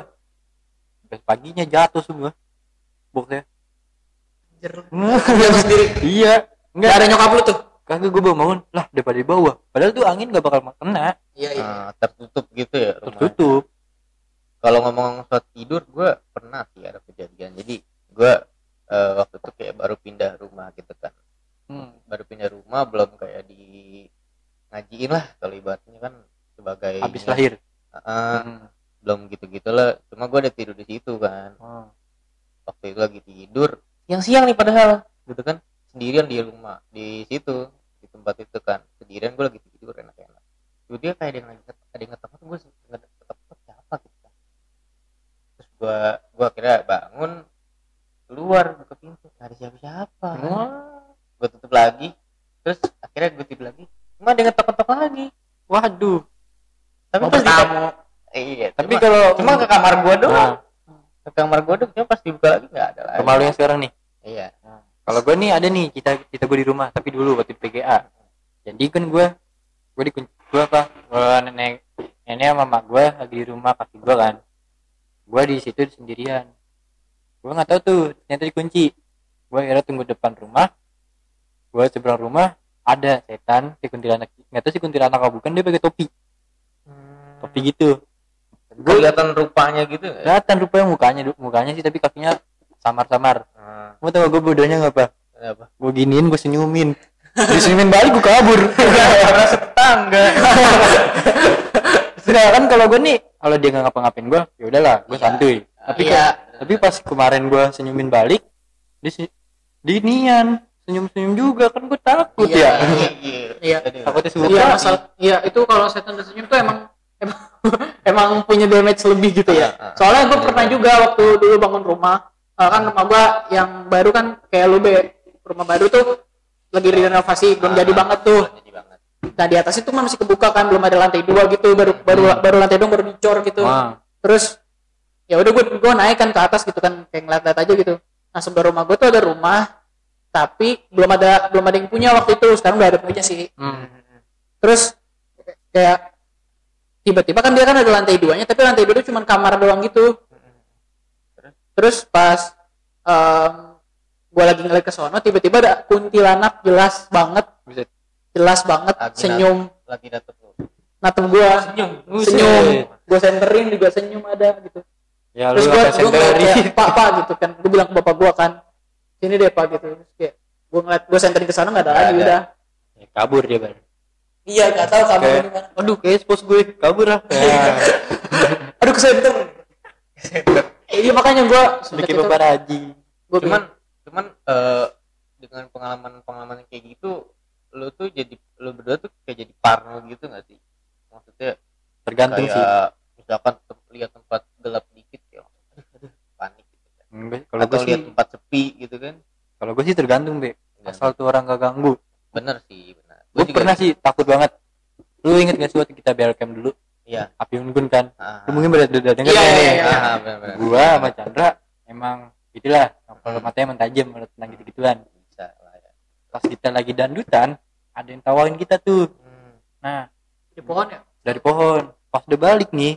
[SPEAKER 2] Pas paginya jatuh semua boxnya.
[SPEAKER 1] anjir. Dia sendiri.
[SPEAKER 2] Iya.
[SPEAKER 1] Enggak
[SPEAKER 2] Enggak
[SPEAKER 1] ada nyokap lu tuh.
[SPEAKER 2] kagak, gue baru bangun lah daripada di bawah. Padahal tuh angin gak bakal kena,
[SPEAKER 1] Iya iya.
[SPEAKER 3] Nah, tertutup gitu ya rumah.
[SPEAKER 2] tertutup.
[SPEAKER 3] Kalau ngomong soal tidur gue pernah sih ada kejadian. Jadi gue eh, waktu itu kayak baru pindah rumah gitu kan.
[SPEAKER 2] Hmm.
[SPEAKER 3] Baru pindah rumah belum kayak di ngajiin lah kalau ibaratnya kan sebagai
[SPEAKER 2] Habis lahir.
[SPEAKER 3] Heeh,
[SPEAKER 2] Hmm.
[SPEAKER 3] belum gitu-gitu lah. Cuma gue udah tidur di situ kan.
[SPEAKER 2] Oh.
[SPEAKER 3] Waktu itu lagi tidur siang-siang nih padahal gitu kan, sendirian di rumah di situ di tempat itu kan sendirian, gue lagi tidur enak-enak. Terus dia kayak ada yang lagi ada yang ngetok, gue ngetok siapa gitu kan. Terus gue gue akhirnya bangun keluar buka pintu, nggak ada siapa-siapa.
[SPEAKER 2] Wah.
[SPEAKER 3] Gue tutup lagi, terus akhirnya gue tidur lagi, cuma dia ngetok-ngetok lagi.
[SPEAKER 2] Waduh.
[SPEAKER 3] Tapi
[SPEAKER 1] Mau
[SPEAKER 3] pas di
[SPEAKER 1] tamu.
[SPEAKER 3] iya,
[SPEAKER 2] Tapi
[SPEAKER 3] cuma,
[SPEAKER 2] kalau
[SPEAKER 3] cuma ke kamar gue doang.
[SPEAKER 2] Nah,
[SPEAKER 3] Ke kamar gue doang, cuma pas dibuka lagi nggak ada lagi.
[SPEAKER 2] rumah lu yang sekarang nih.
[SPEAKER 3] Iya.
[SPEAKER 2] Kalau gue nih ada nih, kita kita gue di rumah, tapi dulu waktu di P G A. Jadi kan gue gue di gue apa? Gue nenek nenek sama mak gue lagi di rumah kaki gue kan. Gue di situ sendirian. Gue nggak tahu tuh, ternyata dikunci. Gue akhirnya tunggu depan rumah. Gue seberang rumah ada setan, si kuntilanak. Nggak tahu si kuntilanak apa bukan, dia pakai topi, topi gitu.
[SPEAKER 3] Gue kelihatan rupanya gitu nggak?
[SPEAKER 2] Kelihatan rupanya mukanya, mukanya sih tapi kakinya samar-samar.
[SPEAKER 3] Nah,
[SPEAKER 2] Mau tau gue bodohnya nggak apa?
[SPEAKER 3] apa?
[SPEAKER 2] Gue giniin, gue senyumin. Disenyumin balik, gue kabur.
[SPEAKER 3] Merasa tetangga.
[SPEAKER 2] Sedangkan kalau gue nih, kalau dia nggak ngapa-ngapain gue, ya udahlah, gue
[SPEAKER 1] Iya.
[SPEAKER 2] santuy. Tapi
[SPEAKER 1] Iya.
[SPEAKER 2] tapi pas kemarin gue senyumin balik, dia si- di nian senyum-senyum juga, kan gue takut
[SPEAKER 1] Iya.
[SPEAKER 2] ya.
[SPEAKER 1] Iya.
[SPEAKER 2] Takutnya suka.
[SPEAKER 1] Iya masalah. Iya itu kalau setan tersenyum tuh emang emang emang punya damage lebih gitu ya.
[SPEAKER 3] Ah, ah.
[SPEAKER 1] Soalnya gue pernah juga waktu dulu bangun rumah, eh, kan rumah gue yang baru kan kayak lu be, rumah baru tuh lagi renovasi, belum jadi banget tuh.
[SPEAKER 3] Jadi banget.
[SPEAKER 1] Nah di atas itu mah masih kebuka kan, belum ada lantai dua gitu, baru baru baru lantai dua baru dicor gitu.
[SPEAKER 2] Wah.
[SPEAKER 1] Terus ya udah gue gue naik kan ke atas gitu kan, kayak ngeliat-liat aja gitu. Nah sebelah rumah gue tuh ada rumah, tapi belum ada belum ada yang punya waktu itu. Sekarang udah ada punya sih.
[SPEAKER 2] Hmm.
[SPEAKER 1] Terus kayak tiba-tiba kan dia kan ada lantai duanya, tapi lantai dua itu cuma kamar doang gitu. Terus pas um, gue lagi ngeliat ke sono, tiba-tiba ada kuntilanak jelas banget,
[SPEAKER 2] Buset.
[SPEAKER 1] jelas banget
[SPEAKER 3] Lagi
[SPEAKER 1] senyum
[SPEAKER 3] Lagi dateng lu.
[SPEAKER 1] natep gue,
[SPEAKER 3] Senyum.
[SPEAKER 1] senyum, gue senterin juga senyum ada gitu.
[SPEAKER 2] Ya lu
[SPEAKER 1] Terus gue
[SPEAKER 2] apa
[SPEAKER 1] gue ngeliat
[SPEAKER 2] sendiri?
[SPEAKER 1] kayak pak pak gitu kan, gue bilang ke bapak gue kan, sini deh pak gitu. Terus kayak gue ngeliat gue senterin ke sana nggak ada
[SPEAKER 3] Nggak
[SPEAKER 1] lagi
[SPEAKER 3] ada.
[SPEAKER 1] udah.
[SPEAKER 2] Ya, kabur dia bang.
[SPEAKER 1] Iya nggak tahu kamu
[SPEAKER 2] Kayak,
[SPEAKER 1] di mana.
[SPEAKER 2] aduh kayak spos gue kabur lah. Ya.
[SPEAKER 1] Aduh kesentet. Iya makanya gue
[SPEAKER 2] Sedikit paparazi.
[SPEAKER 1] gue
[SPEAKER 3] cuman cuman eh, dengan pengalaman-pengalaman kayak gitu lu tuh jadi lu berdua tuh kayak jadi parno gitu nggak sih, maksudnya
[SPEAKER 2] Tergantung
[SPEAKER 3] kayak
[SPEAKER 2] sih.
[SPEAKER 3] misalkan tem- lihat tempat gelap dikit ya aduh, aduh, panik gitu kan.
[SPEAKER 2] Enggak, kalau
[SPEAKER 3] Atau
[SPEAKER 2] gue sih,
[SPEAKER 3] lihat tempat sepi gitu kan.
[SPEAKER 2] kalau gue sih tergantung be. Asal tuh orang gak ganggu.
[SPEAKER 3] Bener sih, bener.
[SPEAKER 2] Gue
[SPEAKER 3] juga
[SPEAKER 2] pernah
[SPEAKER 3] gitu.
[SPEAKER 2] sih takut banget. Lu inget gak sih waktu kita B L camp dulu?
[SPEAKER 3] Iya.
[SPEAKER 2] Api unggun kan?
[SPEAKER 3] Ah,
[SPEAKER 2] Lu mungkin udah udah denger
[SPEAKER 1] Iya,
[SPEAKER 2] kan
[SPEAKER 1] iya,
[SPEAKER 2] nih.
[SPEAKER 1] iya.
[SPEAKER 3] ah, bener, bener.
[SPEAKER 2] Gua sama Chandra emang gitulah. Kalau
[SPEAKER 3] Hmm.
[SPEAKER 2] matanya emang tajam kalau tentang gitu-gituan.
[SPEAKER 3] Bisa lah ya.
[SPEAKER 2] Pas kita lagi dandutan, ada yang tawain kita tuh.
[SPEAKER 3] Hmm.
[SPEAKER 2] Nah,
[SPEAKER 1] di pohon ya.
[SPEAKER 2] dari pohon. Pas udah balik nih,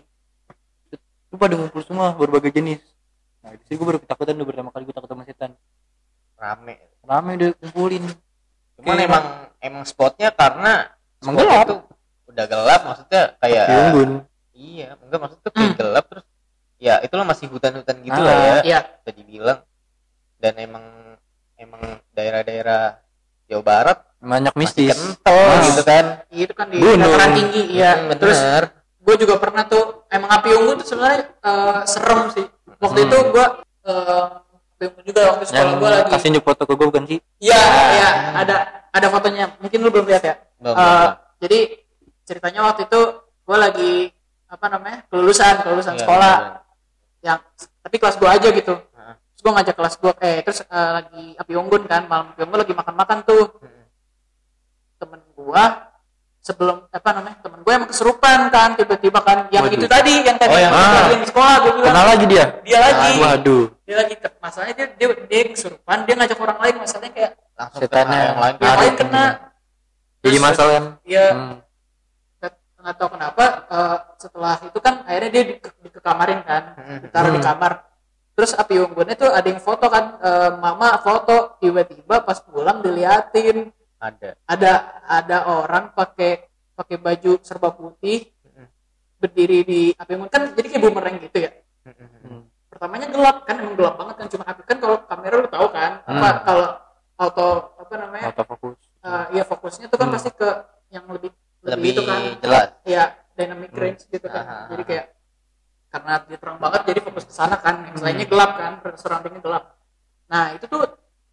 [SPEAKER 2] itu pada ngumpul semua berbagai jenis. Nah, itu sih gue baru ketakutan tuh pertama kali gue takut sama setan.
[SPEAKER 3] Rame.
[SPEAKER 2] Rame udah kumpulin.
[SPEAKER 3] Cuman
[SPEAKER 2] Kayak
[SPEAKER 3] emang emang spotnya karena
[SPEAKER 2] Emang
[SPEAKER 3] spotnya
[SPEAKER 2] gelap.
[SPEAKER 3] tuh udah gelap, maksudnya kayak
[SPEAKER 2] Api unggun.
[SPEAKER 3] iya, enggak maksudnya tuh kayak gelap terus ya itulah masih hutan-hutan gitu
[SPEAKER 2] Ah,
[SPEAKER 3] lah ya.
[SPEAKER 1] Iya.
[SPEAKER 3] Bisa dibilang, dan emang emang daerah-daerah Jawa Barat
[SPEAKER 2] Banyak
[SPEAKER 3] masih
[SPEAKER 2] mistis.
[SPEAKER 3] kental
[SPEAKER 2] Ah.
[SPEAKER 3] gitu kan.
[SPEAKER 1] Itu kan di
[SPEAKER 2] Gunung.
[SPEAKER 1] dataran tinggi iya.
[SPEAKER 3] Hmm,
[SPEAKER 1] Terus
[SPEAKER 3] bener.
[SPEAKER 1] gue juga pernah tuh emang api unggun tuh sebenarnya eh, serem sih. Waktu
[SPEAKER 2] Hmm.
[SPEAKER 1] itu gue eh, api unggun juga waktu sekolah
[SPEAKER 2] Yang
[SPEAKER 1] gue lagi.
[SPEAKER 2] kasih nyup foto ke gue bukan sih?
[SPEAKER 1] Iya, iya, ada ada fotonya. Mungkin lu belum lihat ya.
[SPEAKER 3] Belum,
[SPEAKER 1] Eh,
[SPEAKER 3] belum.
[SPEAKER 1] jadi ceritanya waktu itu gue lagi apa namanya kelulusan kelulusan
[SPEAKER 3] Iya,
[SPEAKER 1] sekolah
[SPEAKER 3] bener.
[SPEAKER 1] yang tapi kelas gue aja gitu.
[SPEAKER 3] Heeh.
[SPEAKER 1] Terus gue ngajak kelas gue eh terus eh, lagi api unggun kan malam api unggun lagi makan-makan tuh
[SPEAKER 3] Hmm.
[SPEAKER 1] temen gue sebelum apa namanya temen gue emang kesurupan kan tiba-tiba kan yang
[SPEAKER 2] Waduh.
[SPEAKER 1] itu tadi yang tadi
[SPEAKER 3] Oh, yang-
[SPEAKER 1] yang
[SPEAKER 2] ah.
[SPEAKER 1] di sekolah gue bilang
[SPEAKER 2] Kenal lagi dia?
[SPEAKER 1] dia lagi
[SPEAKER 2] Waduh.
[SPEAKER 1] dia lagi ke- masalahnya dia dia dia kesurupan dia ngajak orang lain masalahnya kayak
[SPEAKER 3] Langsung
[SPEAKER 2] Setannya.
[SPEAKER 3] kena yang lain
[SPEAKER 1] yang lain
[SPEAKER 3] tarik.
[SPEAKER 1] kena
[SPEAKER 2] Jadi
[SPEAKER 1] Terus,
[SPEAKER 2] masalah kan?
[SPEAKER 1] ya
[SPEAKER 2] Hmm.
[SPEAKER 1] nggak tahu kenapa eh, setelah itu kan akhirnya dia di, di kekamarin kan
[SPEAKER 3] Hmm.
[SPEAKER 1] ditaruh di
[SPEAKER 2] Hmm.
[SPEAKER 1] kamar terus api unggunnya tuh ada yang foto kan eh, mama foto tiba-tiba pas pulang diliatin
[SPEAKER 3] Ada.
[SPEAKER 1] ada ada orang pakai pakai baju serba putih
[SPEAKER 3] Hmm.
[SPEAKER 1] berdiri di api unggun kan jadi kayak bumerang gitu ya
[SPEAKER 3] Hmm.
[SPEAKER 2] Hmm.
[SPEAKER 1] pertamanya gelap kan emang gelap banget kan cuma api kan kalau kamera lu tahu kan apa
[SPEAKER 2] Hmm.
[SPEAKER 1] kalau auto apa namanya
[SPEAKER 2] Autofokus.
[SPEAKER 1] eh, ya fokusnya tuh kan
[SPEAKER 2] Hmm.
[SPEAKER 1] pasti ke yang lebih
[SPEAKER 3] Lebih
[SPEAKER 1] itu kan
[SPEAKER 3] jelas.
[SPEAKER 1] ya dynamic
[SPEAKER 2] Hmm.
[SPEAKER 1] range gitu kan
[SPEAKER 3] Ah.
[SPEAKER 1] jadi kayak karena dia terang banget jadi fokus ke sana kan yang
[SPEAKER 2] Hmm.
[SPEAKER 1] lainnya gelap kan surroundingnya gelap nah itu tuh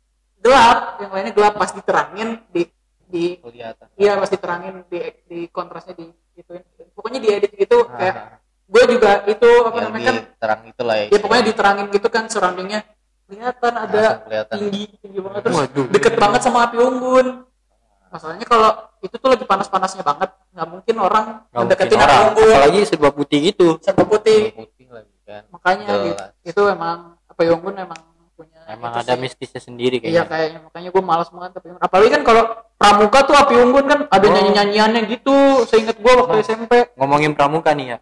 [SPEAKER 1] gelap yang lainnya gelap pas diterangin di di
[SPEAKER 3] Kelihatan.
[SPEAKER 1] iya pas diterangin di di kontrasnya di gitu pokoknya diedit gitu
[SPEAKER 3] Ah,
[SPEAKER 1] kayak gue juga itu apa
[SPEAKER 3] ya,
[SPEAKER 1] namanya kan
[SPEAKER 3] lebih terang itulah ya.
[SPEAKER 1] ya pokoknya diterangin gitu kan surroundingnya kelihatan ada
[SPEAKER 3] Langsung kelihatan.
[SPEAKER 1] tinggi tinggi banget terus
[SPEAKER 2] Waduh.
[SPEAKER 1] deket banget sama api unggun masalahnya kalau itu tuh lagi panas-panasnya banget nggak mungkin orang
[SPEAKER 2] Nggak
[SPEAKER 1] mendeketin
[SPEAKER 2] mungkin
[SPEAKER 1] api
[SPEAKER 2] orang.
[SPEAKER 1] unggun
[SPEAKER 2] Apalagi serba putih gitu.
[SPEAKER 1] serba putih
[SPEAKER 3] putih lagi kan.
[SPEAKER 1] makanya
[SPEAKER 3] Jelas.
[SPEAKER 1] gitu, itu emang api unggun emang punya
[SPEAKER 2] Emang
[SPEAKER 1] itu
[SPEAKER 2] ada
[SPEAKER 1] sih.
[SPEAKER 2] mistisnya sendiri
[SPEAKER 1] iya
[SPEAKER 2] kayaknya.
[SPEAKER 1] kayaknya makanya gue malas banget api unggun apalagi kan kalau pramuka tuh api unggun kan ada
[SPEAKER 2] Oh.
[SPEAKER 1] nyanyi nyanyiannya gitu seingat gue waktu
[SPEAKER 2] Oh.
[SPEAKER 1] S M P
[SPEAKER 2] Ngomongin pramuka nih ya.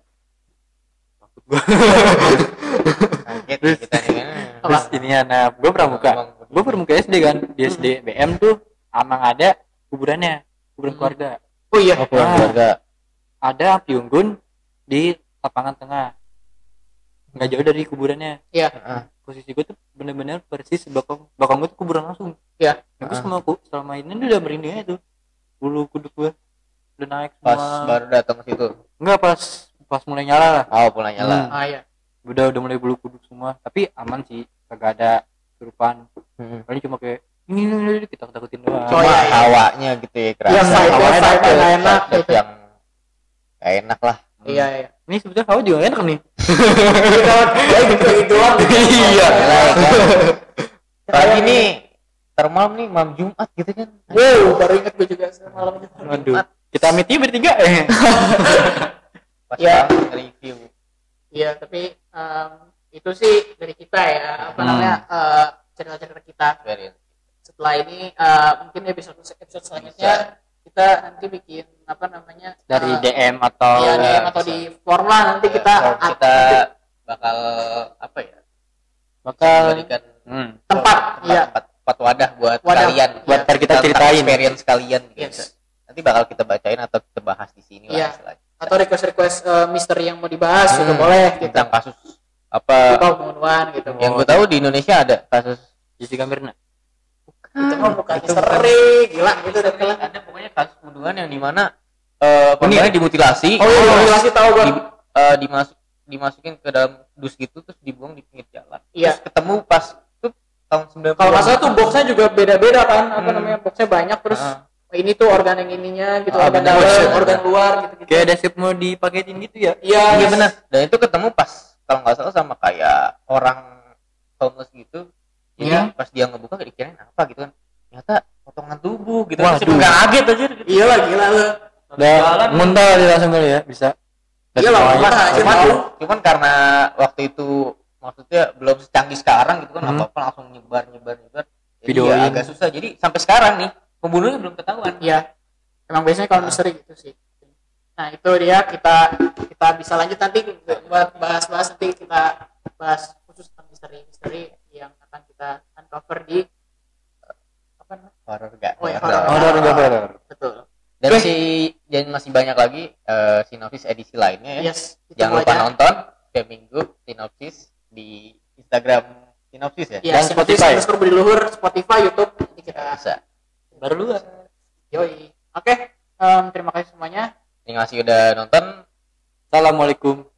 [SPEAKER 2] Takut gua.
[SPEAKER 3] Kaget nih kita nih kan.
[SPEAKER 2] Terus ini anak gue pramuka.
[SPEAKER 3] Emang bener.
[SPEAKER 2] Gue pramuka S D kan. Di S D B M tuh emang ada kuburannya, kuburan
[SPEAKER 1] Hmm.
[SPEAKER 2] keluarga.
[SPEAKER 1] oh iya
[SPEAKER 3] Oh, pulang
[SPEAKER 2] Ah.
[SPEAKER 3] keluarga.
[SPEAKER 2] Ada api unggun di lapangan tengah. Nggak jauh dari kuburannya.
[SPEAKER 1] iya
[SPEAKER 3] Heeh.
[SPEAKER 2] Posisi gue tuh bener-bener persis belakang belakang gue tuh kuburan langsung.
[SPEAKER 1] iya
[SPEAKER 2] Nah, gue
[SPEAKER 3] Ah.
[SPEAKER 2] selama ku- selama ini udah merinding aja tuh. Bulu kuduk gue udah naik semua.
[SPEAKER 3] Pas baru datang ke situ.
[SPEAKER 2] Enggak pas pas mulai nyala lah.
[SPEAKER 3] Oh, pulang nyala.
[SPEAKER 2] Hmm.
[SPEAKER 1] ah iya
[SPEAKER 2] Udah udah mulai bulu kuduk semua. Tapi aman sih, kagak ada kesurupan.
[SPEAKER 3] Hmm.
[SPEAKER 2] Paling cuma kayak ini ini, ini kita takutin doang.
[SPEAKER 1] Oh,
[SPEAKER 3] Cuma
[SPEAKER 1] iya, iya.
[SPEAKER 3] hawanya gitu ya kerasa.
[SPEAKER 1] Iya, vibe-nya-
[SPEAKER 3] Hawanya
[SPEAKER 1] vibe-nya
[SPEAKER 3] dapet,
[SPEAKER 1] nggak enak
[SPEAKER 3] vibe
[SPEAKER 1] gitu.
[SPEAKER 3] yang nggak enak lah.
[SPEAKER 1] iya iya
[SPEAKER 2] Ini sebetulnya kau juga enak nih.
[SPEAKER 1] ya gitu gitu doang
[SPEAKER 2] Iya.
[SPEAKER 3] Yalah, ya kan. Pagi nih termalam nih malam Jumat gitu kan.
[SPEAKER 1] wow baru inget gue juga semalam itu
[SPEAKER 2] Waduh. Kita meet bertiga eh.
[SPEAKER 3] Pas
[SPEAKER 1] Ya.
[SPEAKER 3] banget review.
[SPEAKER 1] iya tapi em, itu sih dari kita ya apa
[SPEAKER 2] Hmm.
[SPEAKER 1] namanya eh, cerita-cerita kita
[SPEAKER 3] Experience.
[SPEAKER 1] setelah ini eh, mungkin episode episode selanjutnya kita nanti bikin apa namanya
[SPEAKER 2] Dari
[SPEAKER 1] eh,
[SPEAKER 2] D M atau
[SPEAKER 1] iya, D M
[SPEAKER 3] bisa.
[SPEAKER 1] atau di form lah nanti
[SPEAKER 3] Ya,
[SPEAKER 1] kita
[SPEAKER 3] so, kita
[SPEAKER 1] nanti
[SPEAKER 3] bakal apa ya?
[SPEAKER 2] bakal
[SPEAKER 3] Memberikan
[SPEAKER 2] hmm,
[SPEAKER 1] tempat iya
[SPEAKER 3] tempat, tempat wadah buat
[SPEAKER 1] Wadah.
[SPEAKER 3] kalian.
[SPEAKER 2] buat ntar kita
[SPEAKER 3] Tentang
[SPEAKER 2] ceritain.
[SPEAKER 3] experience kalian gitu.
[SPEAKER 1] Yes.
[SPEAKER 3] Nanti bakal kita bacain atau kita bahas di sini
[SPEAKER 1] Iya.
[SPEAKER 3] lah istilahnya.
[SPEAKER 1] atau request request misteri yang mau dibahas juga
[SPEAKER 3] Hmm,
[SPEAKER 1] boleh gitu
[SPEAKER 3] Tentang kasus apa
[SPEAKER 1] atau pembunuhan gitu
[SPEAKER 3] yang gue tahu di Indonesia ada kasus
[SPEAKER 2] Jessica Mirna.
[SPEAKER 1] Itu mah bukan misteri, gila gitu udah kelar.
[SPEAKER 3] Ada pokoknya kasus pembunuhan yang dimana eh korbannya dimutilasi.
[SPEAKER 1] Oh iya, mutilasi tahu gua.
[SPEAKER 3] Di, eh, dimasuk dimasukin ke dalam dus gitu terus dibuang di pinggir jalan.
[SPEAKER 1] Iya.
[SPEAKER 3] Terus ketemu pas tuh tahun sembilan puluh.
[SPEAKER 1] Kalau nggak salah tuh boxnya juga beda-beda kan, apa
[SPEAKER 3] Hmm.
[SPEAKER 1] namanya, boxnya banyak terus
[SPEAKER 3] Ah.
[SPEAKER 1] ini tuh organ yang ininya gitu,
[SPEAKER 3] Ah,
[SPEAKER 1] organ
[SPEAKER 3] bener,
[SPEAKER 1] dalam,
[SPEAKER 3] bener.
[SPEAKER 1] organ luar gitu-gitu.
[SPEAKER 2] Kayak ada sip mau dipaketin gitu ya.
[SPEAKER 1] Iya,
[SPEAKER 3] Iya benar. Dan itu ketemu pas kalau nggak salah sama kayak orang homeless gitu. Jadi
[SPEAKER 1] Iya.
[SPEAKER 3] pas dia ngebuka dikirain apa gitu kan. Ternyata potongan tubuh gitu.
[SPEAKER 2] Waduh.
[SPEAKER 3] Terus nggak kaget aja gitu.
[SPEAKER 1] Iya lah, gila lu.
[SPEAKER 2] Udah muntah dia langsung kali ya, bisa.
[SPEAKER 1] Iya lah,
[SPEAKER 2] Banyak.
[SPEAKER 1] gimana aja
[SPEAKER 3] Cuman,
[SPEAKER 1] tahu.
[SPEAKER 3] cuman karena waktu itu maksudnya belum secanggih sekarang gitu kan,
[SPEAKER 2] Hmm.
[SPEAKER 3] apa-apa langsung nyebar nyebar nyebar. Jadi
[SPEAKER 2] Videoin.
[SPEAKER 3] ya agak susah. Jadi sampai sekarang nih pembunuhnya belum ketahuan.
[SPEAKER 1] Iya. Emang biasanya kalau misteri gitu sih. Nah, itu dia kita kita bisa lanjut nanti buat bahas-bahas, nanti kita bahas khusus tentang misteri-misteri yang akan kita uncover di apa namanya?
[SPEAKER 3] Horor enggak?
[SPEAKER 1] Oh, ya,
[SPEAKER 2] Horor enggak horor.
[SPEAKER 1] Betul.
[SPEAKER 3] Dan
[SPEAKER 1] Oke.
[SPEAKER 3] si dan masih banyak lagi eh, sinopsis edisi lainnya ya.
[SPEAKER 1] Yes, itu
[SPEAKER 3] Jangan lupa
[SPEAKER 1] aja.
[SPEAKER 3] nonton setiap minggu sinopsis di Instagram sinopsis ya.
[SPEAKER 1] Ya,
[SPEAKER 2] Dan
[SPEAKER 1] Spotify,
[SPEAKER 2] Spotify.
[SPEAKER 1] underscore Budi Luhur, Spotify, YouTube, nanti kita
[SPEAKER 3] Bisa.
[SPEAKER 2] Baru lu.
[SPEAKER 1] yoi. Oke, em, terima kasih semuanya.
[SPEAKER 3] Terima kasih udah nonton.
[SPEAKER 2] Assalamualaikum